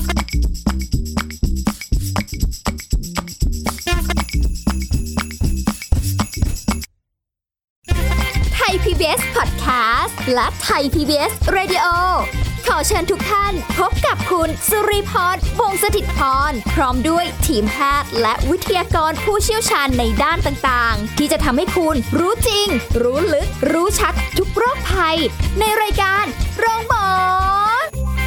ไทย PBS Podcast และไทย PBS Radio ขอเชิญทุกท่านพบกับคุณสุริพร วงศ์สถิตย์พรพร้อมด้วยทีมแพทย์และวิทยากรผู้เชี่ยวชาญในด้านต่างๆที่จะทำให้คุณรู้จริงรู้ลึกรู้ชัดทุกโรคภัยในรายการโรงพยาบาล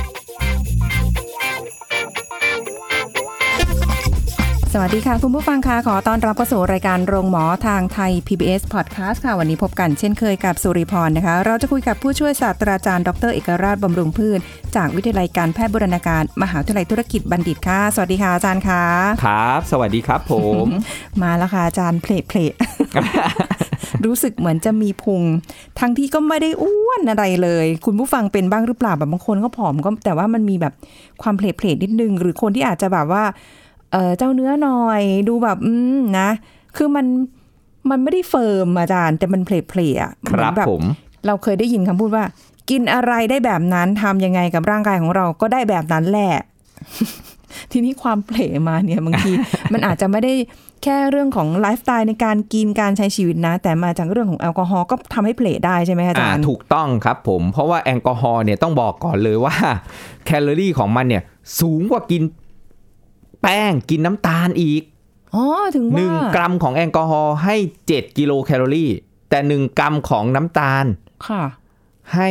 สวัสดีค่ะคุณผู้ฟังค่ะขอต้อนรับเข้าสู่รายการโรงหมอทางไทย PBS Podcast ค่ะวันนี้พบกันเช่นเคยกับสุริพรนะคะเราจะคุยกับผู้ช่วยศาสตราจารย์ดร.เอกราชบำรุงพืชจากวิทยาลัยการแพทย์บูรณาการมหาวิทยาลัยธุรกิจบัณฑิตค่ะสวัสดีค่ะอาจารย์ค่ะครับสวัสดีครับผมมาแล้วค่ะอาจารย์เพล รู้สึกเหมือนจะมีพุงทั้งที่ก็ไม่ได้อ้วนอะไรเลยคุณผู้ฟังเป็นบ้างหรือเปล่าแบบบางคนก็ผอมก็แต่ว่ามันมีแบบความเพลนิดนึงหรือคนที่อาจจะแบบว่าเจ้าเนื้อหน่อยดูแบบนะคือมันไม่ได้เฟิร์มอาจารย์แต่มันเพลอ่ะครับผมเราเคยได้ยินคำพูดว่ากินอะไรได้แบบนั้นทำยังไงกับร่างกายของเราก็ได้แบบนั้นแหละ ทีนี้ความเพลมาเนี่ยบางที มันอาจจะไม่ได้แค่เรื่องของไลฟ์สไตล์ในการกินการใช้ชีวิตนะแต่มาจากเรื่องของแอลกอฮอล์ก็ทำให้เพลได้ใช่ไหมอาจารย์ถูกต้องครับผมเพราะว่าแอลกอฮอล์เนี่ยต้องบอกก่อนเลยว่าแคลอรี่ของมันเนี่ยสูงกว่ากินแป้งกินน้ำตาลอีกถึงว่า 1 กรัมของแอลกอฮอล์ให้7กิโลแคลอรี่แต่1 กรัมของน้ำตาลค่ะให้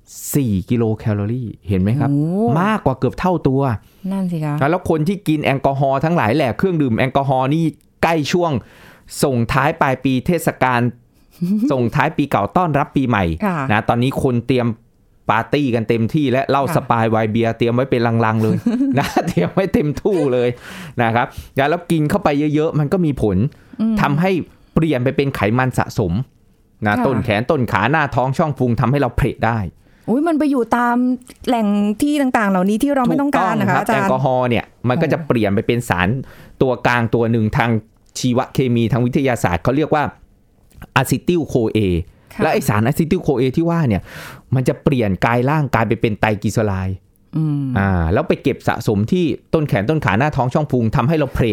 4กิโลแคลอรี่เห็นไหมครับมากกว่าเกือบเท่าตัวนั่นสิคะแล้วคนที่กินแอลกอฮอล์ทั้งหลายแหละเครื่องดื่มแอลกอฮอล์นี่ใกล้ช่วงส่งท้ายปลายปีเทศกาล ส่งท้ายปีเก่าต้อนรับปีใหม่นะตอนนี้คนเตรียมปาร์ตี้กันเต็มที่และเหล้าสปายไวน์เบียร์เตรียมไว้เป็นลังๆเลย นะเตรียมไว้เต็มตู้เลยนะครับแล้วกินเข้าไปเยอะๆมันก็มีผลทำให้เปลี่ยนไปเป็นไขมันสะสมนะต้นแขนต้นขาหน้าท้องช่องพุงทำให้เราเพลได้มันไปอยู่ตามแหล่งที่ต่างๆเหล่านี้ที่เราไม่ต้องการนะคะอาจารย์แอลกอฮอล์เนี่ยมันก็จะเปลี่ยนไปเป็นสารตัวกลางตัวหนึ่งทางชีวเคมีทางวิทยาศาสตร์เขาเรียกว่าอะซิติลโคเอและไอสารอะซิติลโคเอที่ว่าเนี่ยมันจะเปลี่ยนกายร่างกายไปเป็นไตรกลีเซอไรด์แล้วไปเก็บสะสมที่ต้นแขนต้นขาหน้าท้องช่องพุงทำให้เราเพล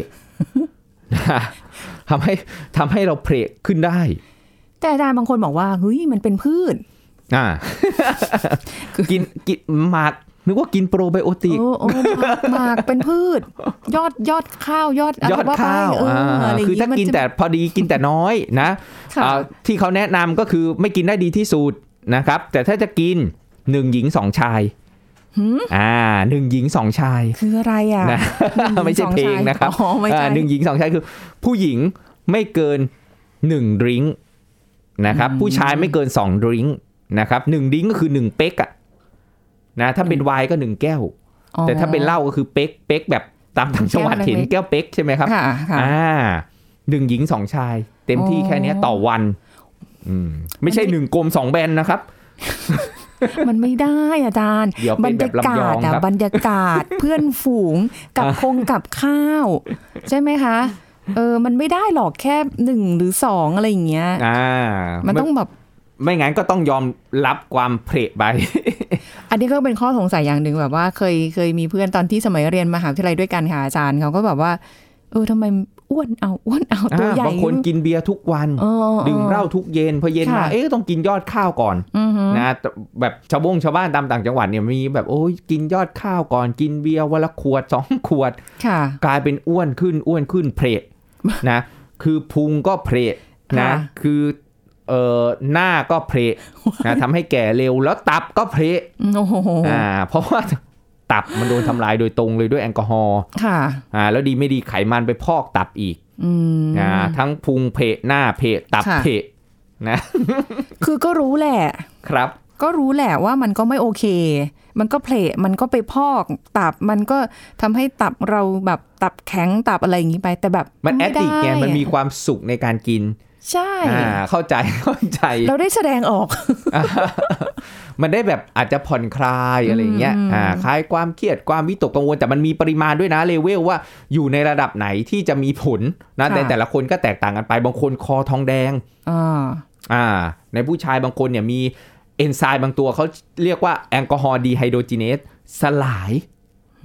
ทำให้เราเพลขึ้นได้แต่อาจารย์บางคนบอกว่าเฮ้ยมันเป็นพืชกินหมากนึกว่ากินโปรไบโอติกหมากเป็นพืชยอดข้าวยอดข้าวคือถ้ากินแต่พอดีกินแต่น้อยนะที่เขาแนะนำก็คือไม่กินได้ดีที่สุดนะครับแต่ถ้าจะกิน1 หญิง 2 ชาย1 หญิง 2 ชายคืออะไรอ่ะนะไม่ใช่เพลงนะครับ1 หญิง 2 ชายคือผู้หญิงไม่เกิน1 ดริงก์นะครับผู้ชายไม่เกิน2 ดริงก์นะครับ1 ดริงก์ก็คือ1 เป๊กอะนะถ้าเป็นไวน์ก็1 แก้วแต่ถ้าเป็นเหล้าก็คือเป๊กแบบตามต่างจังหวัดเห็นแก้วเป๊กใช่ไหมครับ1 หญิง 2 ชายเต็มที่แค่นี้ต่อวันไม่ใช่1 กลม 2 แบนนะครับมันไม่ได้อาจารย์บรรยากาศบรรยากาศเพื่อนฝูงกับกับข้าวใช่ไหมคะมันไม่ได้หรอกแค่1 หรือ 2อะไรอย่างเงี้ยมันต้องแบบไม่งั้นก็ต้องยอมรับความเพลไปอันนี้ก็เป็นข้อสงสัยอย่างหนึ่งแบบว่าเคยมีเพื่อนตอนที่สมัยเรียนมหาวิทยาลัยด้วยกันค่ะอาจารย์เขาก็แบบว่าทำไมอ้วนเอาตัวใหญ่บางคนกินเบียร์ทุกวันดื่มเหล้าทุกเย็นพอเย็นมาต้องกินยอดข้าวก่อนนะแบบชาวบ้านตามต่างจังหวัดเนี่ยมีแบบกินยอดข้าวก่อนกินเบียร์วันละขวด2 ขวดกลายเป็นอ้วนขึ้นเพลนะคือพุงก็เพลนะคือหน้าก็เพลนะทำให้แก่เร็วแล้วตับก็เพลเพราะว่าตับมันโดนทำลายโดยตรงเลยด้วยแอลกอฮอล์แล้วดีไม่ดีไขมันไปพอกตับอีกทั้งพุงเพลหน้าเพลตับเพลนะคือก็รู้แหละครับก็รู้แหละว่ามันก็ไม่โอเคมันก็เพลมันก็ไปพอกตับมันก็ทำให้ตับเราแบบตับแข็งตับอะไรอย่างนี้ไปแต่แบบมันแอดดิกไงมันมีความสุขในการกินใช่เข้าใจเราได้แสดงออกมันได้แบบอาจจะผ่อนคลายอะไรเงี้ยคลายความเครียดความวิตกกังวลแต่มันมีปริมาณด้วยนะเลเวลว่าอยู่ในระดับไหนที่จะมีผลนะแต่ละคนก็แตกต่างกันไปบางคนคอทองแดงในผู้ชายบางคนเนี่ยมีเอนไซม์บางตัวเขาเรียกว่าแอลกอฮอล์ดีไฮโดรจีเนสสลาย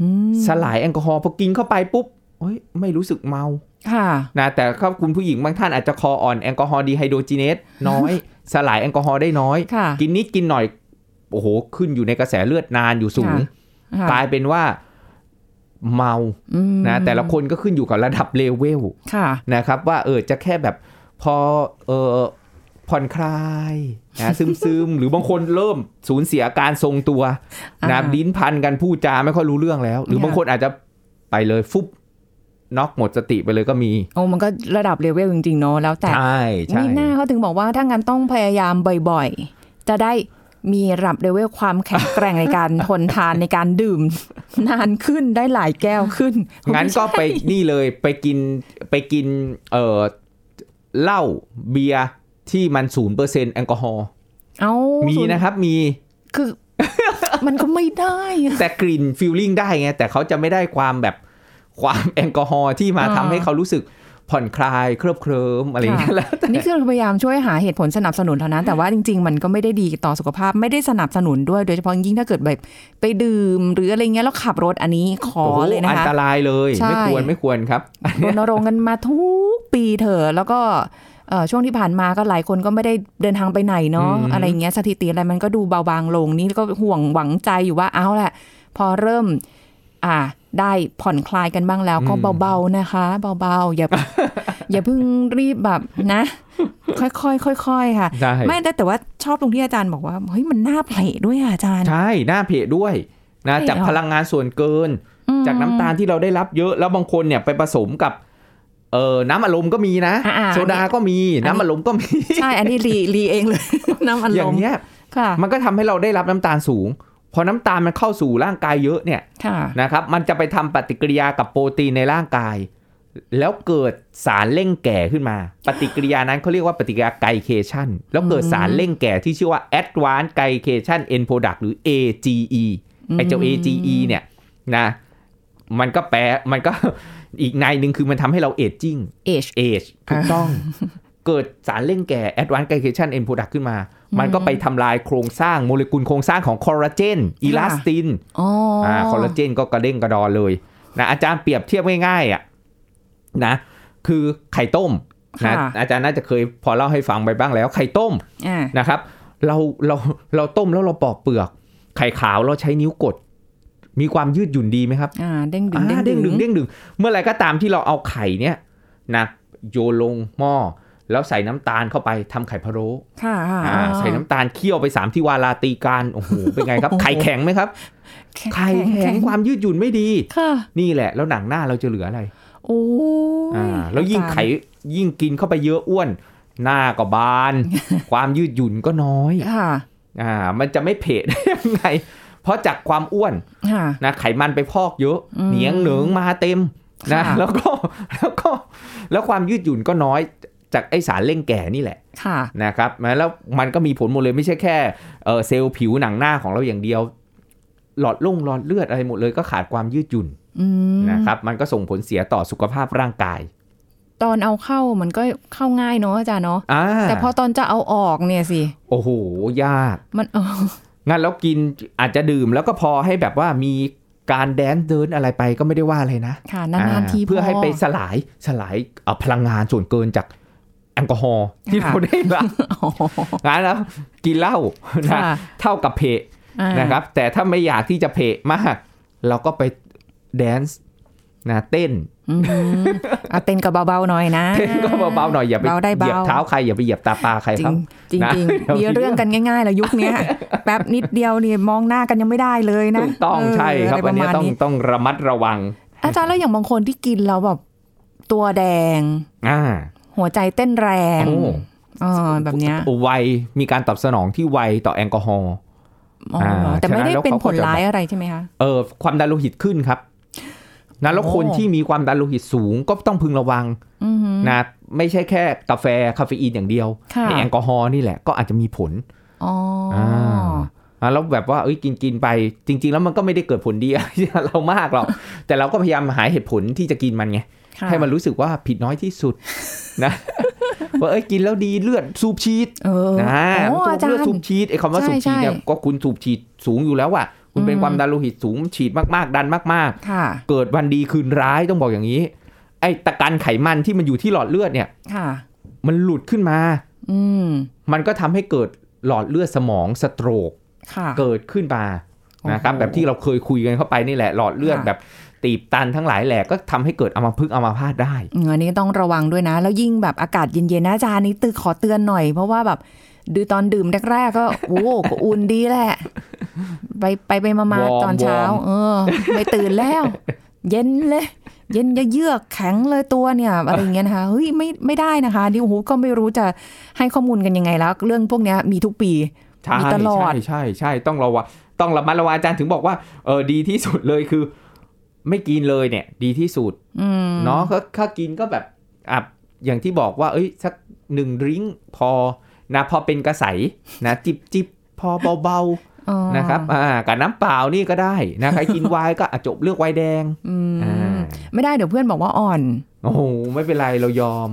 สลายแอลกอฮอล์พอกินเข้าไปปุ๊บไม่รู้สึกเมาค่ะนะแต่ถ้าคุณผู้หญิงบางท่านอาจจะคออ่อนแอลกอฮอล์ดีไฮโดรจีเนสน้อย สลายแอลกอฮอล์ได้น้อยกินนิดกินหน่อยโอ้โหขึ้นอยู่ในกระแสเลือดนานอยู่สูงกลายเป็นว่าเมานะแต่ละคนก็ขึ้นอยู่กับระดับเลเวลนะครับว่าจะแค่แบบพอผ่อนคลายนะซึมๆ หรือบางคนเริ่มสูญเสียการทรงตัวนะลิ้นพันกันพูดจาไม่ค่อยรู้เรื่องแล้วหรือบางคนอาจจะไปเลยฟุบน็อกหมดสติไปเลยก็มีมันก็ระดับเลเวลจริงๆเนาะแล้วแต่นี่หน้าเขาถึงบอกว่าถ้างั้นต้องพยายามบ่อยๆจะได้มีระดับเลเวลความแข็งแกร่งในการทนทานในการดื่มนานขึ้นได้หลายแก้วขึ้นงั้นก็ไปนี่เลยไปกินเหล้าเบียร์ที่มัน 0% แอลกอฮอล์มีนะครับมีคือ มันก็ไม่ได้แต่กลิ่นฟีลลิ่งได้ไงแต่เขาจะไม่ได้ความแบบความแอลกอฮอล์ที่มาทำให้เขารู้สึกผ่อนคลายเคลิบเคลิ้มอะไรอย่างเงี้ยแล้วนี่คือพยายามช่วยหาเหตุผลสนับสนุนเท่านั้นแต่ว่าจริงๆมันก็ไม่ได้ดีต่อสุขภาพไม่ได้สนับสนุนด้วยโดยเฉพาะยิ่งถ้าเกิดแบบไปดื่มหรืออะไรเงี้ยแล้วขับรถอันนี้ขอเลยนะคะอันตรายเลยไม่ควรครับรณรงค์กันมาทุกปีเถอะแล้วก็ช่วงที่ผ่านมาก็หลายคนก็ไม่ได้เดินทางไปไหนเนาะอะไรเงี้ยสถิติอะไรมันก็ดูเบาบางลงนี่ก็ห่วงหวังใจอยู่ว่าเอาแหละพอเริ่มได้ผ่อนคลายกันบ้างแล้วก็เบาๆนะคะเบาๆอย่าเพิ่งรีบแบบนะค่อยๆค่อยๆค่ะไม่แต่ว่าชอบตรงที่อาจารย์บอกว่าเฮ้ยมันน่าเพลด้วยอาจารย์ใช่น่าเพลด้วยนะจากพลังงานส่วนเกินจากน้ำตาลที่เราได้รับเยอะแล้วบางคนเนี่ยไปผสมกับน้ำอารมณ์ก็มีนะโซดาก็มีน้ำอารมณ์ก็มีใช่อันนี้รีเองเลยน้ำอารมณ์อย่างเงี้ยมันก็ทำให้เราได้รับน้ำตาลสูงพอน้ำตาลมันเข้าสู่ร่างกายเยอะเนี่ยนะครับมันจะไปทำปฏิกิริยากับโปรตีนในร่างกายแล้วเกิดสารเร่งแก่ขึ้นมาปฏิกิริยานั้นเขาเรียกว่าปฏิกิริยาไกลเคชันแล้วเกิดสารเร่งแก่ที่ชื่อว่า Advanced Glycation End Product หรือ AGE ไอ้เจ้า AGE เนี่ยนะมันก็อีกในนึงคือมันทำให้เราเอจจิ้งถูกต้องเกิดสารเร่งแก่ Advanced Glycation End Product ขึ้นมามันก็ไปทำลายโครงสร้างโมเลกุลโครงสร้างของคอลลาเจนอิลาสตินคอลลาเจนก็กระเด้งกระดอนเลยนะอาจารย์เปรียบเทียบง่ายๆนะคือไข่ต้มนะอาจารย์น่าจะเคยพอเล่าให้ฟังไปบ้างแล้วไข่ต้มนะครับเราต้มแล้วเราปอกเปลือกไข่ขาวเราใช้นิ้วกดมีความยืดหยุ่นดีไหมครับเด้งดึงเมื่อไหร่ก็ตามที่เราเอาไข่เนี้ยนะโยนลงหม้อแล้วใส่น้ำตาลเข้าไปทำไข่พะโล้ใส่น้ำตาลเคี่ยวไป3ที่วาลาตีการโอ้โหเป็นไงครับไข่แข็งไหมครับไข่แข็งความยืดหยุ่นไม่ดีนี่แหละแล้วหนังหน้าเราจะเหลืออะไรแล้วยิ่งกินเข้าไปเยอะอ้วนหน้าก็บานความยืดหยุ่นก็น้อยมันจะไม่เผ็ดได้ยังไงเพราะจากความอ้วนนะไขมันไปพอกเยอะเหนียงเหนิงมาเต็มนะแล้วความยืดหยุ่นก็น้อยจากไอสารเร่งแก่นี่แหละนะครับแล้วมันก็มีผลหมดเลยไม่ใช่แค่เซลล์ผิวหนังหน้าของเราอย่างเดียวหลอดเลือดอะไรหมดเลยก็ขาดความยืดหยุ่นนะครับมันก็ส่งผลเสียต่อสุขภาพร่างกายตอนเอาเข้ามันก็เข้าง่ายเนาะอาจารย์เนาะแต่พอตอนจะเอาออกเนี่ยสิโอ้โหยากมันงั้นแล้วกินอาจจะดื่มแล้วก็พอให้แบบว่ามีการแดนซ์เดินอะไรไปก็ไม่ได้ว่าอะไรนะค่ะนานๆทีเพื่อให้ไปสลายพลังงานส่วนเกินจากแอลกอฮอล์ที่เราได้รับงั้นแล้วกินเหล้านะเท่ากับเพะนะครับแต่ถ้าไม่อยากที่จะเพะมากเราก็ไปแดนซ์นะเต้นเต้นก็เบาๆหน่อยนะเต้นก็เบาๆหน่อยอย่าไปเหยียบเท้าใครอย่าไปเหยียบตาปลาใครครับจริงๆมีเรื่องกันง่ายๆแล้วยุคนี้แป๊บนิดเดียวนี่มองหน้ากันยังไม่ได้เลยนะต้องใช่ครับอันนี้ต้องระมัดระวังอาจารย์แล้วอย่างบางคนที่กินแล้วแบบตัวแดงหัวใจเต้นแรงแบบนี้ไวมีการตอบสนองที่ไวต่อแอลกอฮอล์แต่ไม่ได้เป็นผลร้ายอะไรใช่ไหมคะความดันโลหิตขึ้นครับนะแล้วคนที่มีความดันโลหิตสูงก็ต้องพึงระวังนะไม่ใช่แค่กาแฟคาเฟอีนอย่างเดียวแอลกอฮอล์นี่แหละก็อาจจะมีผลแล้วแบบว่ากินไปจริงๆแล้วมันก็ไม่ได้เกิดผลดีเรามากหรอกแต่เราก็พยายามหาเหตุผลที่จะกินมันไงให้มันรู้สึกว่าผิดน้อยที่สุดนะว่ากินแล้วดีเลือดสูบฉีดนะเลือดสูบฉีดไอ้คำว่าสูบฉีดเนี่ยก็คุณสูบฉีดสูงอยู่แล้วอ่ะคุณเป็นความดันโลหิตสูงฉีดมากๆดันมากๆเกิดวันดีคืนร้ายต้องบอกอย่างนี้ไอ้ตะกันไขมันที่มันอยู่ที่หลอดเลือดเนี่ยมันหลุดขึ้นมามันก็ทำให้เกิดหลอดเลือดสมองสโตรกเกิดขึ้นมานะครับแบบที่เราเคยคุยกันเข้าไปนี่แหละหลอดเลือดแบบตีบตันทั้งหลายแหละก็ทำให้เกิดอัมพฤกษ์อัมพาตได้อันนี้ต้องระวังด้วยนะแล้วยิ่งแบบอากาศเย็นๆนะอาจารย์นี่ขอเตือนหน่อยเพราะว่าแบบตอนดื่มแรกๆก็โอ้ก็อุ่นดีแหละไปมาตอนเช้าไม่ตื่นแล้วเย็นเลยเย็นเยือกแข็งเลยตัวเนี่ยอะไรอย่างเงี้ยนะคะเฮ้ยไม่ได้นะคะนี่โอ้โหก็ไม่รู้จะให้ข้อมูลกันยังไงแล้วเรื่องพวกนี้มีทุกปีมีตลอดใช่ต้องระมัดระวังอาจารย์ถึงบอกว่าดีที่สุดเลยคือไม่กินเลยเนี่ยดีที่สุดเนาะถ้ากินก็แบบอย่างที่บอกว่าสัก1ดริ้งพอนะพอเป็นกระใสนะจิบพอเบาๆนะครับกับน้ำเปล่านี่ก็ได้นะใครกินไวน์ก็จบเลือกไวน์แดงไม่ได้เดี๋ยวเพื่อนบอกว่าอ่อนโอ้โหไม่เป็นไรเรายอม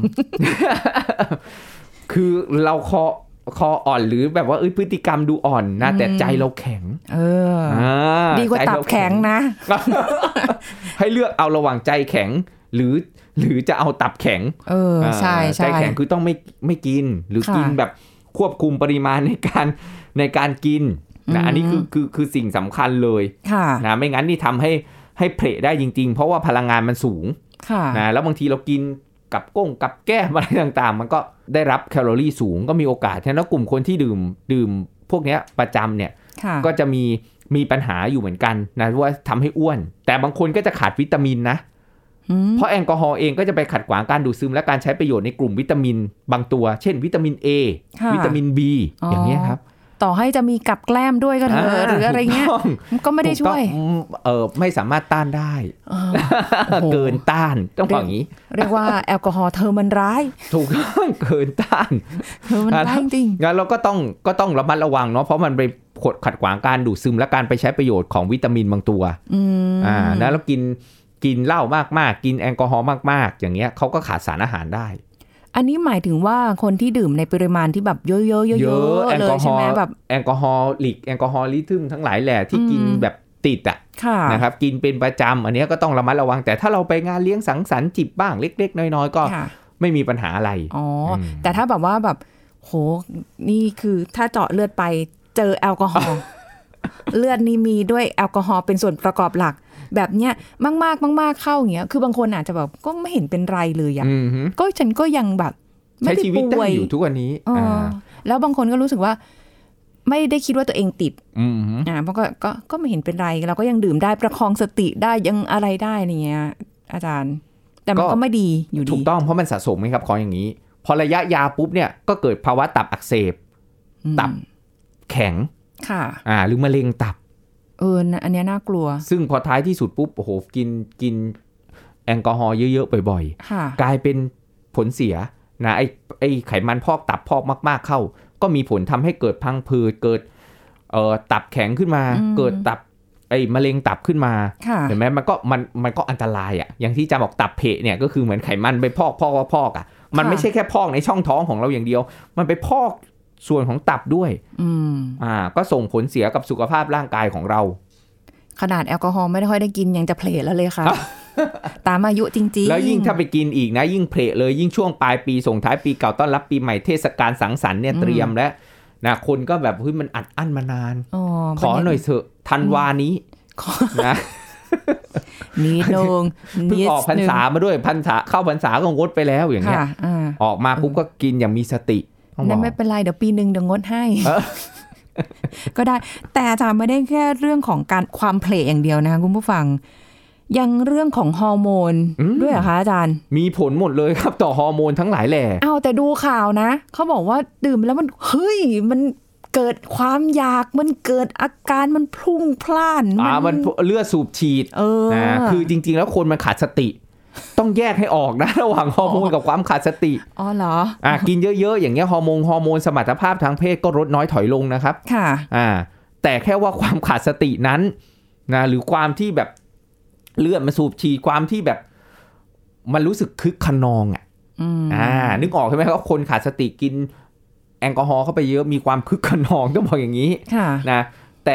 คือเราคออ่อนหรือแบบว่าพฤติกรรมดูอ่อนนะแต่ใจเราแข็งดีกว่าตับแข็งนะให้เลือกเอาระหว่างใจแข็งหรือจะเอาตับแข็งใช่ใจแข็งคือต้องไม่กินหรือกินแบบควบคุมปริมาณในการกินนะอันนี้คือสิ่งสำคัญเลยนะไม่งั้นนี่ทำให้เพลได้จริงๆเพราะว่าพลังงานมันสูงนะแล้วบางทีเรากินกับแก้มอะไรต่างๆมันก็ได้รับแคลอรี่สูงก็มีโอกาสฉะนั้นกลุ่มคนที่ดื่มพวกนี้ประจำเนี่ยก็จะมีปัญหาอยู่เหมือนกันนะว่าทำให้อ้วนแต่บางคนก็จะขาดวิตามินนะเพราะแอลกอฮอล์เองก็จะไปขัดขวางการดูดซึมและการใช้ประโยชน์ในกลุ่มวิตามินบางตัวเช่นวิตามิน A วิตามิน B อย่างนี้ครับต่อให้จะมีกับแกล้มด้วยก็เถอะหรืออะไรเงี้ยก็ไม่ได้ช่วยไม่สามารถต้านได้เกินต้านต้องบอกอย่างนี้เรียกว่าแอลกอฮอล์เธอมันร้ายถูกต้องเกินต้านเธอมันร้ายจริงงั้นเราก็ต้องระมัดระวังเนาะเพราะมันไปขัดขวางการดูดซึมและการไปใช้ประโยชน์ของวิตามินบางตัวนะแล้วกินเหล้ามากๆกินแอลกอฮอล์มากๆอย่างเงี้ยเขาก็ขาดสารอาหารได้อันนี้หมายถึงว่าคนที่ดื่มในปริมาณที่แบบเยอะๆเลยใช่ไหมแบบแอลกอฮอลิทึมทั้งหลายแหละที่กินแบบติดนะครับกินเป็นประจำอันนี้ก็ต้องระมัดระวังแต่ถ้าเราไปงานเลี้ยงสังสรรค์จิบบ้างเล็กๆน้อยๆก็ไม่มีปัญหาอะไรแต่ถ้าแบบว่าแบบโหนี่คือถ้าเจาะเลือดไปเจอแอลกอฮอล์เลือดนี่มีด้วยแอลกอฮอล์เป็นส่วนประกอบหลักแบบเนี้ยมากเข้าอย่างเงี้ยคือบางคนอาจจะแบบก็ไม่เห็นเป็นไรเลยอ่ะก็ฉันก็ยังแบบไม่ได้ป่วยอยู่ทุกวันนี้แล้วบางคนก็รู้สึกว่าไม่ได้คิดว่าตัวเองติดเพราะก็ไม่เห็นเป็นไรเราก็ยังดื่มได้ประคองสติได้ยังอะไรได้เนี้ยอาจารย์แต่มันก็ไม่ดีอยู่ดีถูกต้องเพราะมันสะสมไหมครับของอย่างนี้พอระยะยาวปุ๊บเนี่ยก็เกิดภาวะตับอักเสบตับแข็งหรือมะเร็งตับอันนี้น่ากลัวซึ่งพอท้ายที่สุดปุ๊บโอ้โหกินแอลกอฮอล์เยอะๆบ่อยๆกลายเป็นผลเสียนะไอ้ไขมันพอกตับพอกมากๆเข้าก็มีผลทำให้เกิดพังผืดเกิดตับแข็งขึ้นมาเกิดตับมะเร็งตับขึ้นมาเห็นไหมมันก็อันตรายอ่ะอย่างที่จะบอกตับเพะเนี่ยก็คือเหมือนไขมันไปพอกอ่ะมันไม่ใช่แค่พอกในช่องท้องของเราอย่างเดียวมันไปพอกส่วนของตับด้วยก็ส่งผลเสียกับสุขภาพร่างกายของเราขนาดแอลกอฮอล์ไม่ได้ค่อยได้กินยังจะเพลทแล้วเลยค่ะ ตามอายุจริงๆแล้วยิ่งถ้าไปกินอีกนะยิ่งเพลทเลยยิ่งช่วงปลายปีส่งท้ายปีเก่าต้อนรับปีใหม่เทศกาลสังสรรค์เนี่ยเตรียมแล้วนะคนก็แบบเฮ้ยมันอัดอั้นมานานขอหน่อยเถอะธันวานี้นะนิดนึงเพิ่งออกพรรษามาด้วยเข้าพรรษาก็งดไปแล้วอย่างเงี้ยออกมาปุ๊บก็กินอย่างมีสตินั่นไม่เป็นไรเดี๋ยวปีนึงเดี๋ยวงดให้ก็ได้แต่อาจารย์ไม่ได้แค่เรื่องของการความเพลทอย่างเดียวนะคะคุณผู้ฟังยังเรื่องของฮอร์โมนด้วยเหรอคะอาจารย์มีผลหมดเลยครับต่อฮอร์โมนทั้งหลายแหล่แต่ดูข่าวนะเขาบอกว่าดื่มแล้วมันเฮ้ยมันเกิดความอยากมันเกิดอาการมันพลุ่งพล่านมันเลือดสูบฉีดนะคือจริงๆแล้วคนมันขาดสติต้องแยกให้ออกนะระหว่างฮอร์โมนกับความขาดสติเหรอกินเยอะๆอย่างเงี้ยฮอร์โมนสมรรถภาพทางเพศก็ลดน้อยถอยลงนะครับค่ะแต่แค่ว่าความขาดสตินั้นนะหรือความที่แบบเลือดมันสูบฉีดความที่แบบมันรู้สึกคึกคะนองนึกออกใช่ไหมครับคนขาดสติกินแอลกอฮอล์เข้าไปเยอะมีความคึกคะนองต้องบอกอย่างนี้นะแต่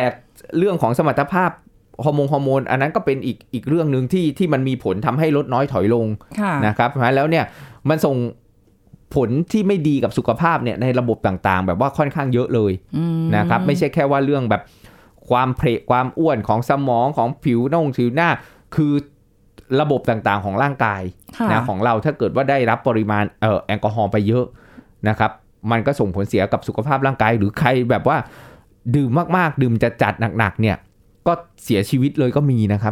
เรื่องของสมรรถภาพฮอร์โมนอันนั้นก็เป็นอีกเรื่องนึงที่มันมีผลทำให้ลดน้อยถอยลงนะครับแล้วเนี่ยมันส่งผลที่ไม่ดีกับสุขภาพเนี่ยในระบบต่างๆแบบว่าค่อนข้างเยอะเลยนะครับไม่ใช่แค่ว่าเรื่องแบบความเพลทความอ้วนของสมองของผิวหน้าคือระบบต่างๆของร่างกายนะของเราถ้าเกิดว่าได้รับปริมาณแอลกอฮอล์ไปเยอะนะครับมันก็ส่งผลเสียกับสุขภาพร่างกายหรือใครแบบว่าดื่มมากๆดื่มจัดหนักๆเนี่ยก็เสียชีวิตเลยก็มีนะครับ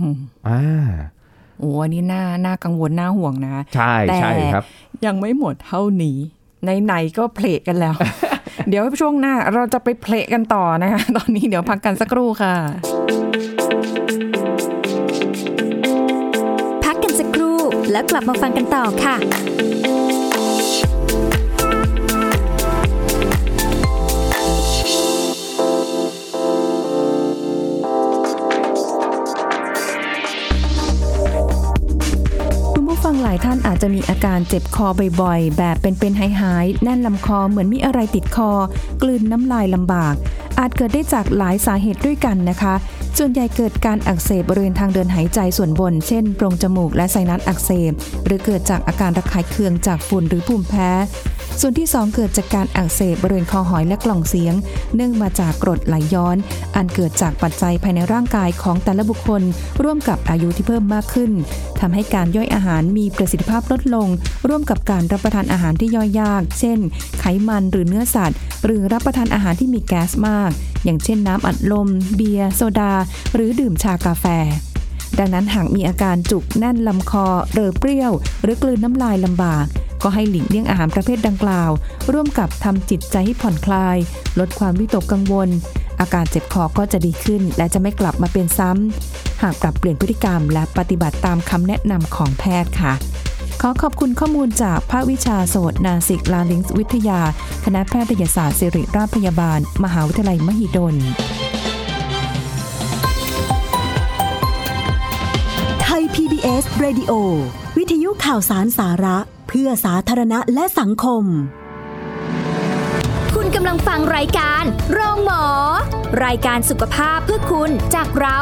โอ้อันนี้น่ากังวลน่าห่วงนะใช่ใช่ครับยังไม่หมดเท่านี้ไหนๆก็เพลกันแล้ว เดี๋ยวช่วงหน้าเราจะไปเพลกันต่อนะคะตอนนี้เดี๋ยวพักกันสักครู่ค่ะพักกันสักครู่แล้วกลับมาฟังกันต่อค่ะหลายท่านอาจจะมีอาการเจ็บคอบ่อยๆแบบเป็นหายๆแน่นลำคอเหมือนมีอะไรติดคอกลืนน้ำลายลำบากอาจเกิดได้จากหลายสาเหตุด้วยกันนะคะส่วนใหญ่เกิดการอักเสบบริเวณทางเดินหายใจส่วนบนเช่นโพรงจมูกและไซนัสอักเสบหรือเกิดจากอาการระคายเคืองจากฝุ่นหรือภูมิแพ้ส่วนที่2เกิดจากการอักเสบบริเวณคอหอยและกล่องเสียงเนื่องมาจากกรดไหลย้อนอันเกิดจากปัจจัยภายในร่างกายของแต่ละบุคคลร่วมกับอายุที่เพิ่มมากขึ้นทำให้การย่อยอาหารมีประสิทธิภาพลดลงร่วมกับการรับประทานอาหารที่ย่อยยากเช่นไขมันหรือเนื้อสัตว์หรือรับประทานอาหารที่มีแก๊สมากอย่างเช่นน้ำอัดลมเบียร์โซดาหรือดื่มชากาแฟดังนั้นหากมีอาการจุกแน่นลำคอเร่อเปรี้ยวหรือกลืนน้ำลายลำบากก็ให้หลีกเลี่ยงอาหารประเภทดังกล่าวร่วมกับทำจิตใจให้ผ่อนคลายลดความวิตกกังวลอาการเจ็บคอก็จะดีขึ้นและจะไม่กลับมาเป็นซ้ำหากปรับเปลี่ยนพฤติกรรมและปฏิบัติตามคำแนะนำของแพทย์ค่ะขอขอบคุณข้อมูลจากภาควิชาโสตนาสิกลาลิงส์วิทยาคณะแพทยศาสตร์ศิริราชพยาบาลมหาวิทยาลัยมหิดลไทย PBS Radio วิทยุข่าวสารสาระเพื่อสาธารณะและสังคมคุณกำลังฟังรายการโรงหมอรายการสุขภาพเพื่อคุณจากเรา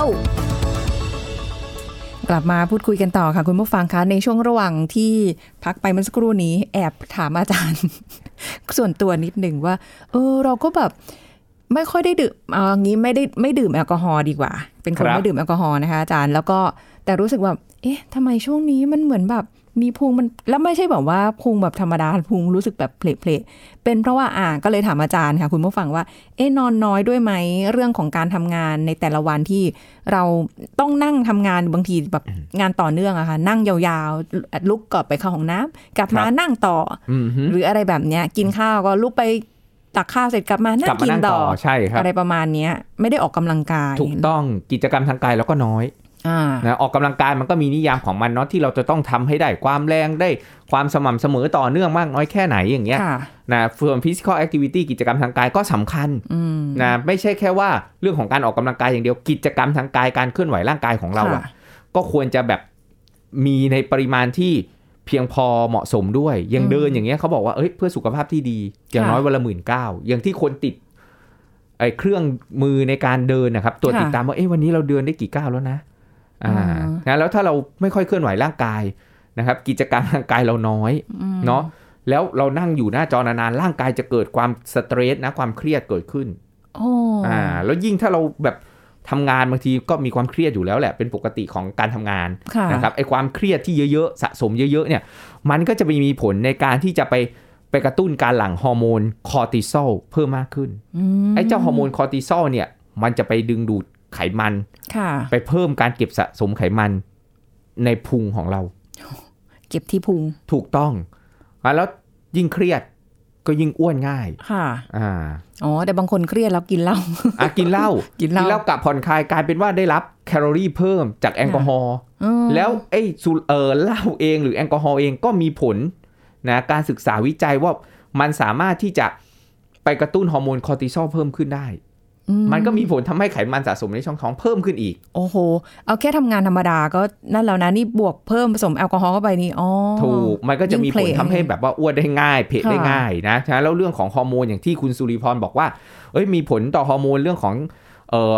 กลับมาพูดคุยกันต่อค่ะคุณผู้ฟังคะในช่วงระหว่างที่พักไปเมื่อสักครู่นี้แอบถามอาจารย์ ส่วนตัวนิดหนึ่งว่าเราก็แบบไม่ค่อยได้ดื่มงี้ไม่ดื่มแอลกอฮอล์ดีกว่าเป็นคนไม่ดื่มแอลกอฮอล์นะคะอาจารย์แล้วก็แต่รู้สึกว่าเอ๊ะทำไมช่วงนี้มันเหมือนแบบมีพุงมันแล้วไม่ใช่แบบว่าพุงแบบธรรมดาพุงรู้สึกแบบเพลเป็นเพราะว่าก็เลยถามอาจารย์ค่ะคุณผู้ฟังว่านอนน้อยด้วยไหมเรื่องของการทำงานในแต่ละวันที่เราต้องนั่งทำงานบางทีแบบงานต่อเนื่องอะค่ะนั่งยาวๆลุกก่อนไปเข้าห้องน้ำกลับมานั่งต่อหรืออะไรแบบเนี้ยกินข้าวก็ลุกไปตักข้าวเสร็จกลับมานั่งกินต่อใช่ครับอะไรประมาณนี้ไม่ได้ออกกำลังกายถูกต้องกิจกรรมทางกายแล้วก็น้อยนะออกกำลังกายมันก็มีนิยามของมันเนาะที่เราจะต้องทำให้ได้ความแรงได้ความสม่ำเสมอต่อเนื่องมากน้อยแค่ไหนอย่างเงี้ยนะส่วน physical activity กิจกรรมทางกายก็สำคัญนะไม่ใช่แค่ว่าเรื่องของการออกกำลังกายอย่างเดียวกิจกรรมทางกายการเคลื่อนไหวร่างกายของเราอ่ะก็ควรจะแบบมีในปริมาณที่เพียงพอเหมาะสมด้วยอย่างเดินอย่างเงี้ยเขาบอกว่าเพื่อสุขภาพที่ดีอย่างน้อยวันละ 19,000 อย่างที่คนติดไอ้เครื่องมือในการเดินนะครับตัวติดตามว่าวันนี้เราเดินได้กี่ก้าวแล้วนะแล้วถ้าเราไม่ค่อยเคลื่อนไหวร่างกายนะครับกิจกรรมร่างกายเราน้อยเนาะแล้วเรานั่งอยู่หน้าจอนานๆร่างกายจะเกิดความสเตรสนะความเครียดเกิดขึ้นแล้วยิ่งถ้าเราแบบทำงานบางทีก็มีความเครียดอยู่แล้วแหละเป็นปกติของการทำงานนะครับไอ้ความเครียดที่เยอะๆสะสมเยอะๆเนี่ยมันก็จะไปมีผลในการที่จะไปกระตุ้นการหลั่งฮอร์โมนคอร์ติซอลเพิ่มมากขึ้นไอ้เจ้าฮอร์โมนคอร์ติซอลเนี่ยมันจะไปดึงดูดไขมันไปเพิ่มการเก็บสะสมไขมันในพุงของเราเก็บที่พุงถูกต้องแล้วยิ่งเครียดก็ยิ่งอ้วนง่ายค่ะแต่บางคนเครียดแล้วกินเหล้ากินเหล้ากับผ่อนคลายกลายเป็นว่าได้รับแคลอรี่เพิ่มจากแอลกอฮอล์แล้วเหล้าเองหรือแอลกอฮอล์เองก็มีผลนะการศึกษาวิจัยว่ามันสามารถที่จะไปกระตุ้นฮอร์โมนคอร์ติซอลเพิ่มขึ้นได้มันก็มีผลทำให้ไขมันสะสมในช่องท้องเพิ่มขึ้นอีกโอ้โหเอาแค่ทำงานธรรมดาก็นั่นแล้วนะนี่บวกเพิ่มผสมแอลกอฮอล์เข้าไปนี่ถูกมันก็จะมีผลทำให้แบบว่าอ้วนได้ง่ายเพลได้ง่ายนะแล้วเรื่องของฮอร์โมนอย่างที่คุณสุริพรบอกว่ามีผลต่อฮอร์โมนเรื่องของ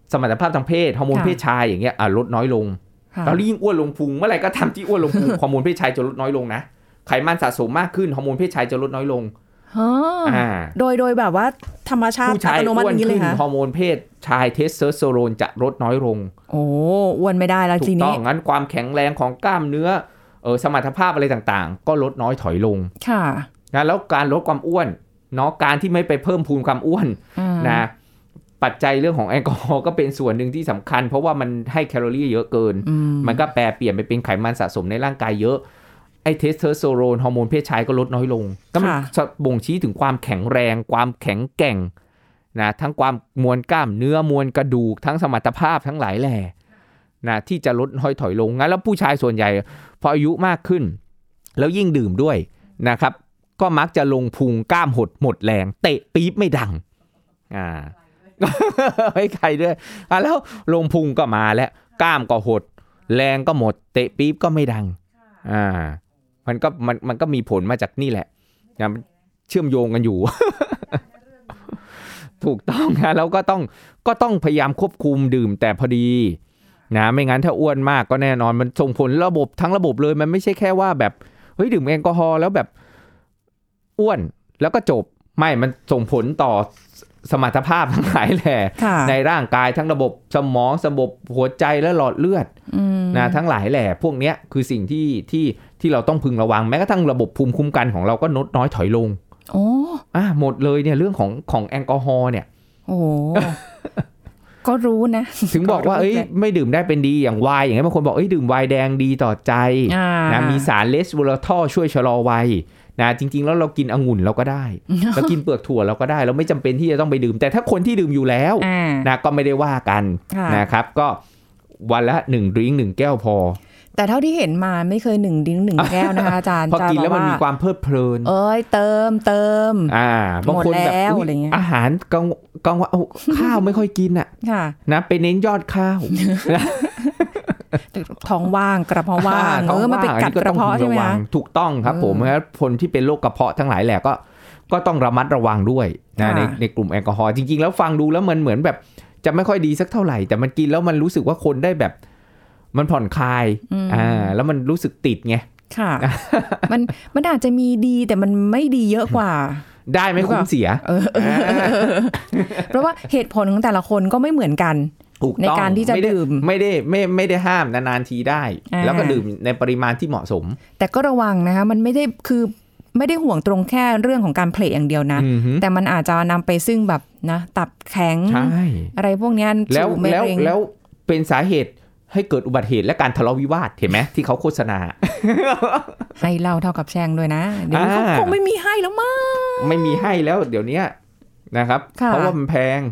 สมรรถภาพทางเพศฮอร์โมนเพศชายอย่างเงี้ยลดน้อยลงแล้วยิ่งอ้วนลงพุงเมื่อไหร่ก็ทำที่อ้วนลงพุงฮอร์โมนเพศชายจะลดน้อยลงนะไขมันสะสมมากขึ้นฮอร์โมนเพศชายจะลดน้อยลงโดยแบบว่าธรรมชาติผู้ชายอ้วนขึ้นฮอร์โมนเพศชายเทสโทสเตอโรนจะลดน้อยลงโอ้อ้วนไม่ได้แล้วทีนี้ถูกต้องงั้นความแข็งแรงของกล้ามเนื้อสมรรถภาพอะไรต่างๆก็ลดน้อยถอยลงค่ะแล้วการลดความอ้วนเนาะการที่ไม่ไปเพิ่มพูนความอ้วนนะปัจจัยเรื่องของแอลกอฮอล์ก็เป็นส่วนหนึ่งที่สำคัญเพราะว่ามันให้แคลอรี่เยอะเกินมันก็แปรเปลี่ยนไปเป็นไขมันสะสมในร่างกายเยอะไอ้เทสโทสเตอโรนฮอร์โมนเพศชายก็ลดน้อยลงก็มันบ่งชี้ถึงความแข็งแรงความแข็งแกร่งนะทั้งความมวลกล้ามเนื้อมวลกระดูกทั้งสมรรถภาพทั้งหลายแหล่นะที่จะลดน้อยถอยลงงั้นแล้วผู้ชายส่วนใหญ่พออายุมากขึ้นแล้วยิ่งดื่มด้วยนะครับก็มักจะลงพุงกล้ามหดหมดแรงเตะปี๊บไม่ดังให้ใครด้วยแล้วลงพุงก็มาแล้วกล้ามก็หดแรงก็หมดเตะปี๊บก็ไม่ดังมันก็มีผลมาจากนี่แหละนะเชื่อมโยงกันอยู่ ถูกต้องนะแล้วก็ต้องพยายามควบคุมดื่มแต่พอดีนะไม่งั้นถ้าอ้วนมากก็แน่นอนมันส่งผลระบบทั้งระบบเลยมันไม่ใช่แค่ว่าแบบเฮ้ยดื่มแอลกอฮอล์แล้วแบบอ้วนแล้วก็จบไม่มันส่งผลต่อสมรรถภาพทั้งหลายแหละในร่างกายทั้งระบบสมองระบบหัวใจและหลอดเลือดนะทั้งหลายแหละพวกนี้คือสิ่งที่เราต้องพึงระวังแม้กระทั่งระบบภูมิคุ้มกันของเราก็ลดน้อยถอยลงหมดเลยเนี่ยเรื่องของแอลกอฮอล์เนี่ยโอ้ ก็รู้นะถึงบอกว่าเอ้ยไม่ดื่มได้เป็นดีอย่างไวน์อย่างเงี้ยบางคนบอกเอ้ยดื่มไวน์แดงดีต่อใจนะมีสารเลสโวลาทอลช่วยชะลอวัยนะจริงๆแล้วเรากินองุ่นเราก็ได้ เรากินเปลือกถั่วเราก็ได้เราไม่จำเป็นที่จะต้องไปดื่มแต่ถ้าคนที่ดื่มอยู่แล้วนะก็ไม่ได้ว่ากันนะครับก็วันละ1ดริงก์1แก้วพอแต่เท่าที่เห็นมาไม่เคย1ดริงก์1แก้วนะคะอาจารย์พอกินแล้วมันมีความเพลิดเพลินเติมบางคนแบบอาหารกลางวันข้าวไม่ค่อยกินอ่ะนะไปเน้นยอดข้าวท้องว่างกระเพาะว่างมันไปกัดกระเพาะใช่ไหมคะถูกต้องครับผมครับคนที่เป็นโรคกระเพาะทั้งหลายแหละก็ต้องระมัดระวังด้วยนะในกลุ่มแอลกอฮอล์จริงๆแล้วฟังดูแล้วมันเหมือนแบบจะไม่ค่อยดีสักเท่าไหร่แต่มันกินแล้วมันรู้สึกว่าคนได้แบบมันผ่อนคลายแล้วมันรู้สึกติดไงค่ะมันอาจจะมีดีแต่มันไม่ดีเยอะกว่าได้ไม่คุ้มเสียเพราะว่าเหตุผลของแต่ละคนก็ไม่เหมือนกันในการที่จะดื่มไม่ได้ห้ามนานๆทีได้แล้วก็ดื่มในปริมาณที่เหมาะสมแต่ก็ระวังนะคะมันไม่ได้คือไม่ได้ห่วงตรงแค่เรื่องของการเพลย์อย่างเดียวนะแต่มันอาจจะนำไปซึ่งแบบนะตับแข็งอะไรพวกนี้แล้วเป็นสาเหตุให้เกิดอุบัติเหตุและการทะเลาะวิวาทเห็นไหมที่เขาโฆษณาให้เล่าเท่ากับแช่งด้วยนะเดี๋ยวเขาคงไม่มีให้แล้วมั้งไม่มีให้แล้วเดี๋ยวนี้นะครับเพราะว่ามันแพง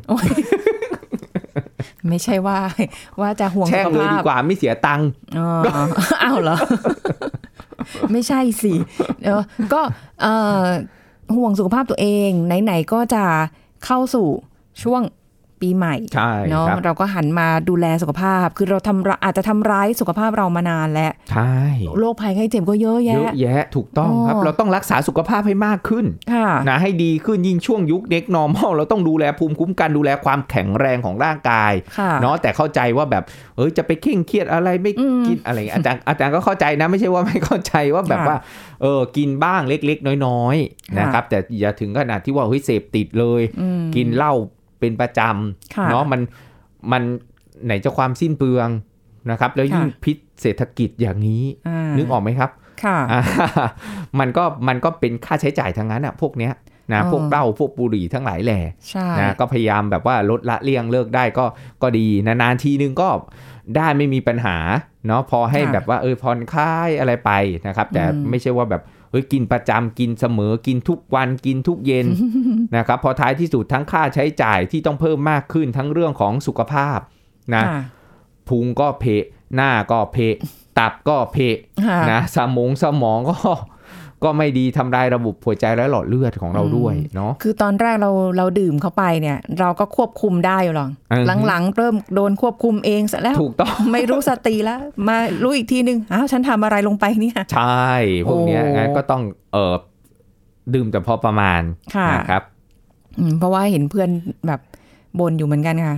ไม่ใช่ว่าจะห่วงสุขภาพแช่งเลยดีกว่าไม่เสียตังค์อ้าวเหรอไม่ใช่สิก็ห่วงสุขภาพตัวเองไหนๆก็จะเข้าสู่ช่วงปีใหม่เนาะเราก็หันมาดูแลสุขภาพคือเราอาจจะทำร้ายสุขภาพเรามานานแล้วใช่โรคภัยไข้เจ็บก็เยอะแยะถูกต้องครับเราต้องรักษาสุขภาพให้มากขึ้นนะให้ดีขึ้นยิ่งช่วงยุค Next Normal เราต้องดูแลภูมิคุ้มกันดูแลความแข็งแรงของร่างกายเนาะแต่เข้าใจว่าแบบจะไปเคร่งเครียดอะไรไม่กินอะไรอาจารย์ก็เข้าใจนะไม่ใช่ว่าไม่เข้าใจว่าแบบว่ากินบ้างเล็กๆน้อยๆนะครับแต่อย่าถึงขนาดที่ว่าเสพติดเลยกินเหล้าเป็นประจำเนาะมันไหนจะความสิ้นเปลืองนะครับแล้วยิ่งพิษเศรษฐกิจอย่างนี้นึกออกไหมครับมันก็เป็นค่าใช้จ่ายทั้งนั้นอ่ะพวกเนี้ยนะพวกเหล้าพวกบุหรี่ทั้งหลายแหล่นะก็พยายามแบบว่าลดละเลี่ยงเลิกได้ก็ดีนานๆทีนึงก็ได้ไม่มีปัญหาเนาะพอให้แบบว่าผ่อนคลายอะไรไปนะครับแต่ไม่ใช่ว่าแบบกินประจำกินเสมอกินทุกวันกินทุกเย็น นะครับพอท้ายที่สุดทั้งค่าใช้จ่ายที่ต้องเพิ่มมากขึ้นทั้งเรื่องของสุขภาพนะพุงก็เพะหน้าก็เพะตับก็เพะนะสมองก็ไม่ดีทำลายระบบหัวใจและหลอดเลือดของเราด้วยเนาะคือตอนแรกเราดื่มเข้าไปเนี่ยเราก็ควบคุมได้อยู่หรอกหลังๆเริ่มโดนควบคุมเองซะแล้วถูกต้องไม่รู้สติแล้วมารู้อีกทีนึงฉันทำอะไรลงไปเนี่ยใช่พวกนี้ก็ต้องดื่มแต่พอประมาณนะครับเพราะว่าเห็นเพื่อนแบบบ่นอยู่เหมือนกันค่ะ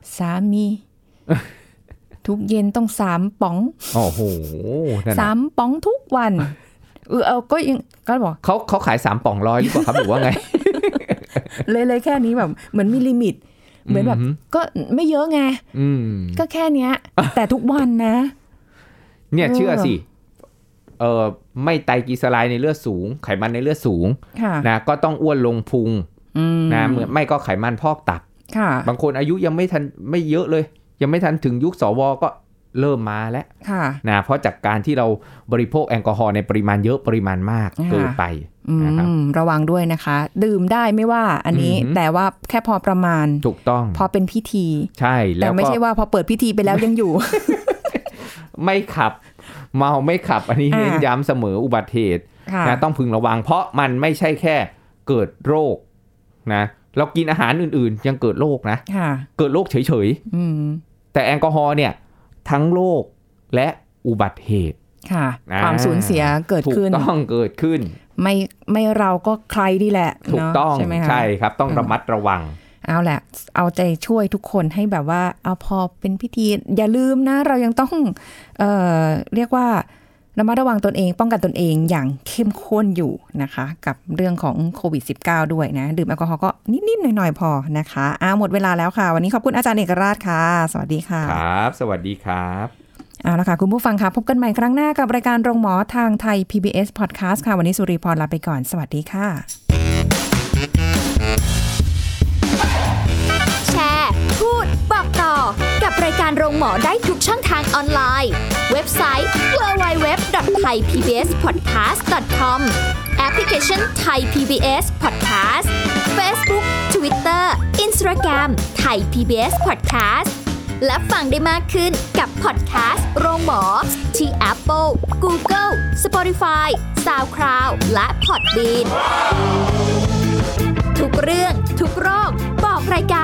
สามี ทุกเย็นต้อง3 ป๋องโอ้โห 3 ป๋องทุกวันก็ยังก็บอกเขาขาย3 ป๋อง100หรือเปล่าครับหรือว่าไงเลยแค่นี้แบบเหมือนมีลิมิตเหมือนแบบก็ไม่เยอะไงก็แค่เนี้ย แต่ทุกวันนะเนี่ยเชื่อสิไม่ไตรกลีเซอไรด์ในเลือดสูงไขมันในเลือดสูงนะก็ต้องอ้วนลงพุงนะเหมือนไม่ก็ไขมันพอกตับบางคนอายุยังไม่เยอะเลยยังไม่ทันถึงยุคสวก็เริ่มมาแล้วนะเพราะจากการที่เราบริโภคแอลกอฮอล์ในปริมาณเยอะปริมาณมากเกินไปนะครับระวังด้วยนะคะดื่มได้ไม่ว่าอันนี้แต่ว่าแค่พอประมาณถูกต้องพอเป็นพิธีใช่แต่ไม่ใช่ว่าพอเปิดพิธีไปแล้วยังอยู่ไม่ขับเมาไม่ขับอันนี้เน้นย้ำเสมออุบัติเหตุนะต้องพึงระวังเพราะมันไม่ใช่แค่เกิดโรคนะเรากินอาหารอื่นๆยังเกิดโรคนะเกิดโรคเฉยๆแต่แอลกอฮอล์เนี่ยทั้งโรคและอุบัติเหตุค่ะความสูญเสียเกิดขึ้นถูกต้องเกิดขึ้นไม่เราก็ใครดีแหละถูกต้องใช่ครับต้องระมัดระวังเอาแหละเอาใจช่วยทุกคนให้แบบว่าเอาพอเป็นพิธีอย่าลืมนะเรายังต้องเรียกว่าระมัดระวังตนเองป้องกันตนเองอย่างเข้มข้นอยู่นะคะกับเรื่องของโควิด -19 ด้วยนะดื่มแอลกอฮอล์ก็นิดๆหน่อยๆพอนะคะหมดเวลาแล้วค่ะวันนี้ขอบคุณอาจารย์เอกราชค่ะสวัสดีค่ะครับสวัสดีครับเอาละค่ะคุณผู้ฟังค่ะพบกันใหม่ครั้งหน้ากับรายการโรงหมอทางไทย PBS Podcast ค่ะวันนี้สุริพรลาไปก่อนสวัสดีค่ะแชร์พูดบอกต่อกับรายการโรงหมอได้ทุกช่องทางออนไลน์เว็บไซต์ www.thaipbspodcast.com แอปพลิเคชัน Thai PBS Podcast Facebook Twitter Instagram Thai PBS Podcast และฟังได้มากขึ้นกับพอดแคสต์โรงหมอที่ Apple, Google, Spotify, SoundCloud และ Podbean ทุกเรื่องทุกโรคบอกรายการ